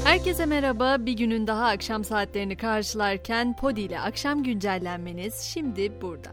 Herkese merhaba. Bir günün daha akşam saatlerini karşılarken Podi ile akşam güncellenmeniz şimdi burada.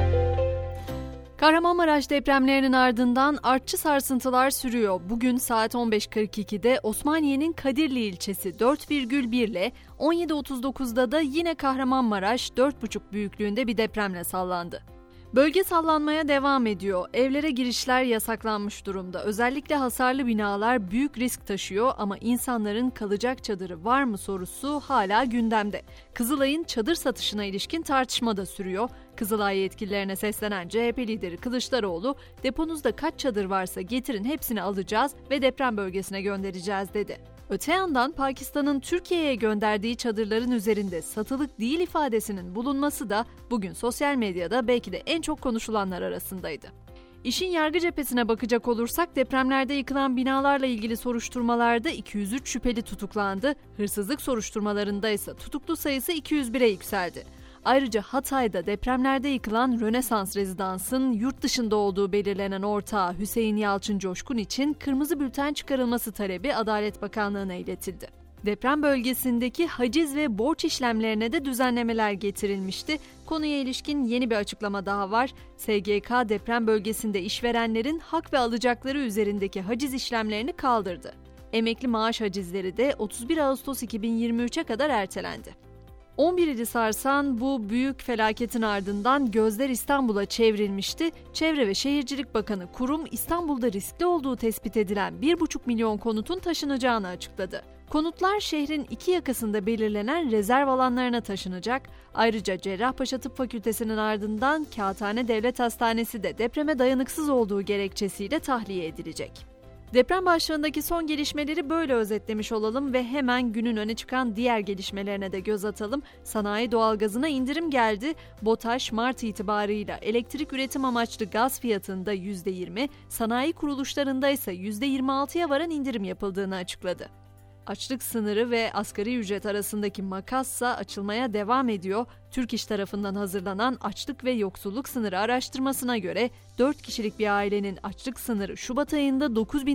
Kahramanmaraş depremlerinin ardından artçı sarsıntılar sürüyor. Bugün saat 15.42'de Osmaniye'nin Kadirli ilçesi 4,1 ile 17.39'da da yine Kahramanmaraş 4,5 büyüklüğünde bir depremle sallandı. Bölge sallanmaya devam ediyor. Evlere girişler yasaklanmış durumda. Özellikle hasarlı binalar büyük risk taşıyor ama insanların kalacak çadırı var mı sorusu hala gündemde. Kızılay'ın çadır satışına ilişkin tartışma da sürüyor. Kızılay yetkililerine seslenen CHP lideri Kılıçdaroğlu, "Deponuzda kaç çadır varsa getirin, hepsini alacağız ve deprem bölgesine göndereceğiz" dedi. Öte yandan Pakistan'ın Türkiye'ye gönderdiği çadırların üzerinde "satılık değil" ifadesinin bulunması da bugün sosyal medyada belki de en çok konuşulanlar arasındaydı. İşin yargı cephesine bakacak olursak depremlerde yıkılan binalarla ilgili soruşturmalarda 203 şüpheli tutuklandı, hırsızlık soruşturmalarında ise tutuklu sayısı 201'e yükseldi. Ayrıca Hatay'da depremlerde yıkılan Rönesans Rezidans'ın yurt dışında olduğu belirlenen ortağı Hüseyin Yalçın Coşkun için kırmızı bülten çıkarılması talebi Adalet Bakanlığı'na iletildi. Deprem bölgesindeki haciz ve borç işlemlerine de düzenlemeler getirilmişti. Konuya ilişkin yeni bir açıklama daha var. SGK deprem bölgesinde işverenlerin hak ve alacakları üzerindeki haciz işlemlerini kaldırdı. Emekli maaş hacizleri de 31 Ağustos 2023'e kadar ertelendi. 11 ili sarsan bu büyük felaketin ardından gözler İstanbul'a çevrilmişti. Çevre ve Şehircilik Bakanı kurum İstanbul'da riskli olduğu tespit edilen 1,5 milyon konutun taşınacağını açıkladı. Konutlar şehrin iki yakasında belirlenen rezerv alanlarına taşınacak. Ayrıca Cerrahpaşa Tıp Fakültesi'nin ardından Kağıthane Devlet Hastanesi de depreme dayanıksız olduğu gerekçesiyle tahliye edilecek. Deprem başlığındaki son gelişmeleri böyle özetlemiş olalım ve hemen günün öne çıkan diğer gelişmelerine de göz atalım. Sanayi doğalgazına indirim geldi. BOTAŞ Mart itibarıyla elektrik üretim amaçlı gaz fiyatında %20, sanayi kuruluşlarında ise %26'ya varan indirim yapıldığını açıkladı. Açlık sınırı ve asgari ücret arasındaki makassa açılmaya devam ediyor. Türk İş tarafından hazırlanan açlık ve yoksulluk sınırı araştırmasına göre 4 kişilik bir ailenin açlık sınırı Şubat ayında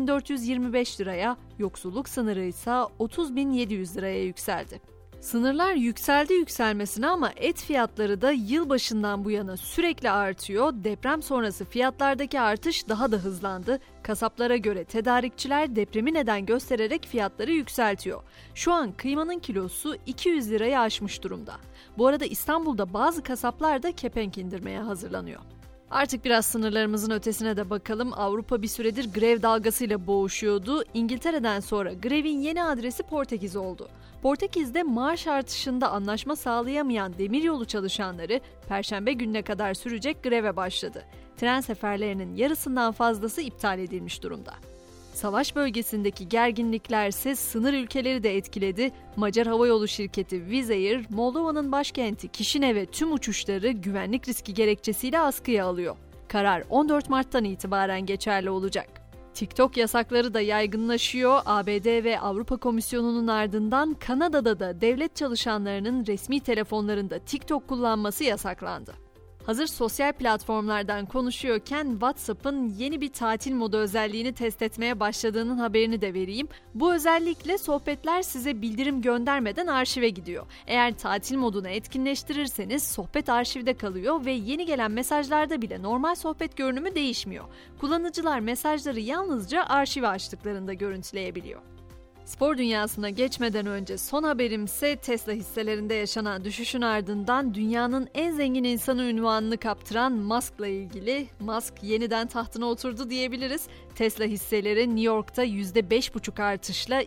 9.425 liraya, yoksulluk sınırı ise 30.700 liraya yükseldi. Sınırlar yükseldi yükselmesine ama et fiyatları da yılbaşından bu yana sürekli artıyor. Deprem sonrası fiyatlardaki artış daha da hızlandı. Kasaplara göre tedarikçiler depremi neden göstererek fiyatları yükseltiyor. Şu an kıymanın kilosu 200 lirayı aşmış durumda. Bu arada İstanbul'da bazı kasaplar da kepenk indirmeye hazırlanıyor. Artık biraz sınırlarımızın ötesine de bakalım. Avrupa bir süredir grev dalgasıyla boğuşuyordu. İngiltere'den sonra grevin yeni adresi Portekiz oldu. Portekiz'de maaş artışında anlaşma sağlayamayan demiryolu çalışanları Perşembe gününe kadar sürecek greve başladı. Tren seferlerinin yarısından fazlası iptal edilmiş durumda. Savaş bölgesindeki gerginliklerse sınır ülkeleri de etkiledi. Macar havayolu şirketi Wizz Air, Moldova'nın başkenti Kişinev'e tüm uçuşları güvenlik riski gerekçesiyle askıya alıyor. Karar 14 Mart'tan itibaren geçerli olacak. TikTok yasakları da yaygınlaşıyor. ABD ve Avrupa Komisyonu'nun ardından Kanada'da da devlet çalışanlarının resmi telefonlarında TikTok kullanması yasaklandı. Hazır sosyal platformlardan konuşuyorken WhatsApp'ın yeni bir tatil modu özelliğini test etmeye başladığının haberini de vereyim. Bu özellikle sohbetler size bildirim göndermeden arşive gidiyor. Eğer tatil modunu etkinleştirirseniz sohbet arşivde kalıyor ve yeni gelen mesajlarda bile normal sohbet görünümü değişmiyor. Kullanıcılar mesajları yalnızca arşive açtıklarında görüntüleyebiliyor. Spor dünyasına geçmeden önce son haberimse Tesla hisselerinde yaşanan düşüşün ardından dünyanın en zengin insanı unvanını kaptıran Musk'la ilgili. Musk yeniden tahtına oturdu diyebiliriz. Tesla hisseleri New York'ta %5,5 artışla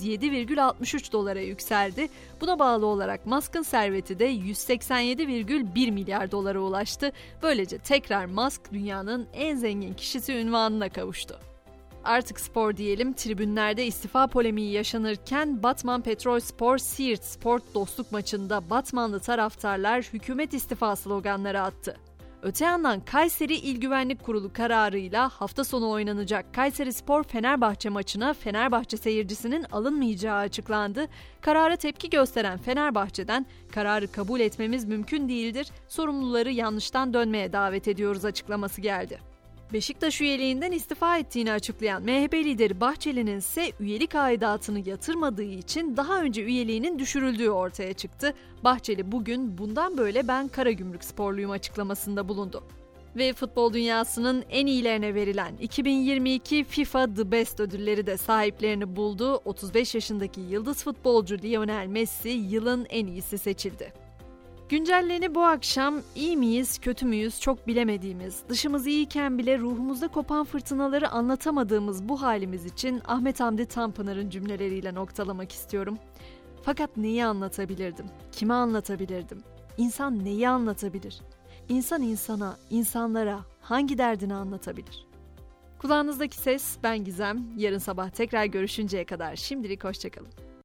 207,63 dolara yükseldi. Buna bağlı olarak Musk'ın serveti de 187,1 milyar dolara ulaştı. Böylece tekrar Musk dünyanın en zengin kişisi unvanına kavuştu. Artık spor diyelim. Tribünlerde istifa polemiği yaşanırken Batman Petrolspor Siirt Sport dostluk maçında Batmanlı taraftarlar hükümet istifa sloganları attı. Öte yandan Kayseri İl Güvenlik Kurulu kararıyla hafta sonu oynanacak Kayserispor Fenerbahçe maçına Fenerbahçe seyircisinin alınmayacağı açıklandı. Karara tepki gösteren Fenerbahçe'den "Kararı kabul etmemiz mümkün değildir, sorumluları yanlıştan dönmeye davet ediyoruz" açıklaması geldi. Beşiktaş üyeliğinden istifa ettiğini açıklayan MHP lideri Bahçeli'nin ise üyelik aidatını yatırmadığı için daha önce üyeliğinin düşürüldüğü ortaya çıktı. Bahçeli bugün bundan böyle ben Karagümrük sporluyum açıklamasında bulundu. Ve futbol dünyasının en iyilerine verilen 2022 FIFA The Best ödülleri de sahiplerini buldu. 35 yaşındaki yıldız futbolcu Lionel Messi yılın en iyisi seçildi. Güncelleni bu akşam iyi miyiz, kötü müyüz çok bilemediğimiz, dışımız iyiyken bile ruhumuzda kopan fırtınaları anlatamadığımız bu halimiz için Ahmet Hamdi Tanpınar'ın cümleleriyle noktalamak istiyorum. Fakat neyi anlatabilirdim? Kime anlatabilirdim? İnsan neyi anlatabilir? İnsan insana, insanlara hangi derdini anlatabilir? Kulağınızdaki ses ben Gizem. Yarın sabah tekrar görüşünceye kadar şimdilik hoşçakalın.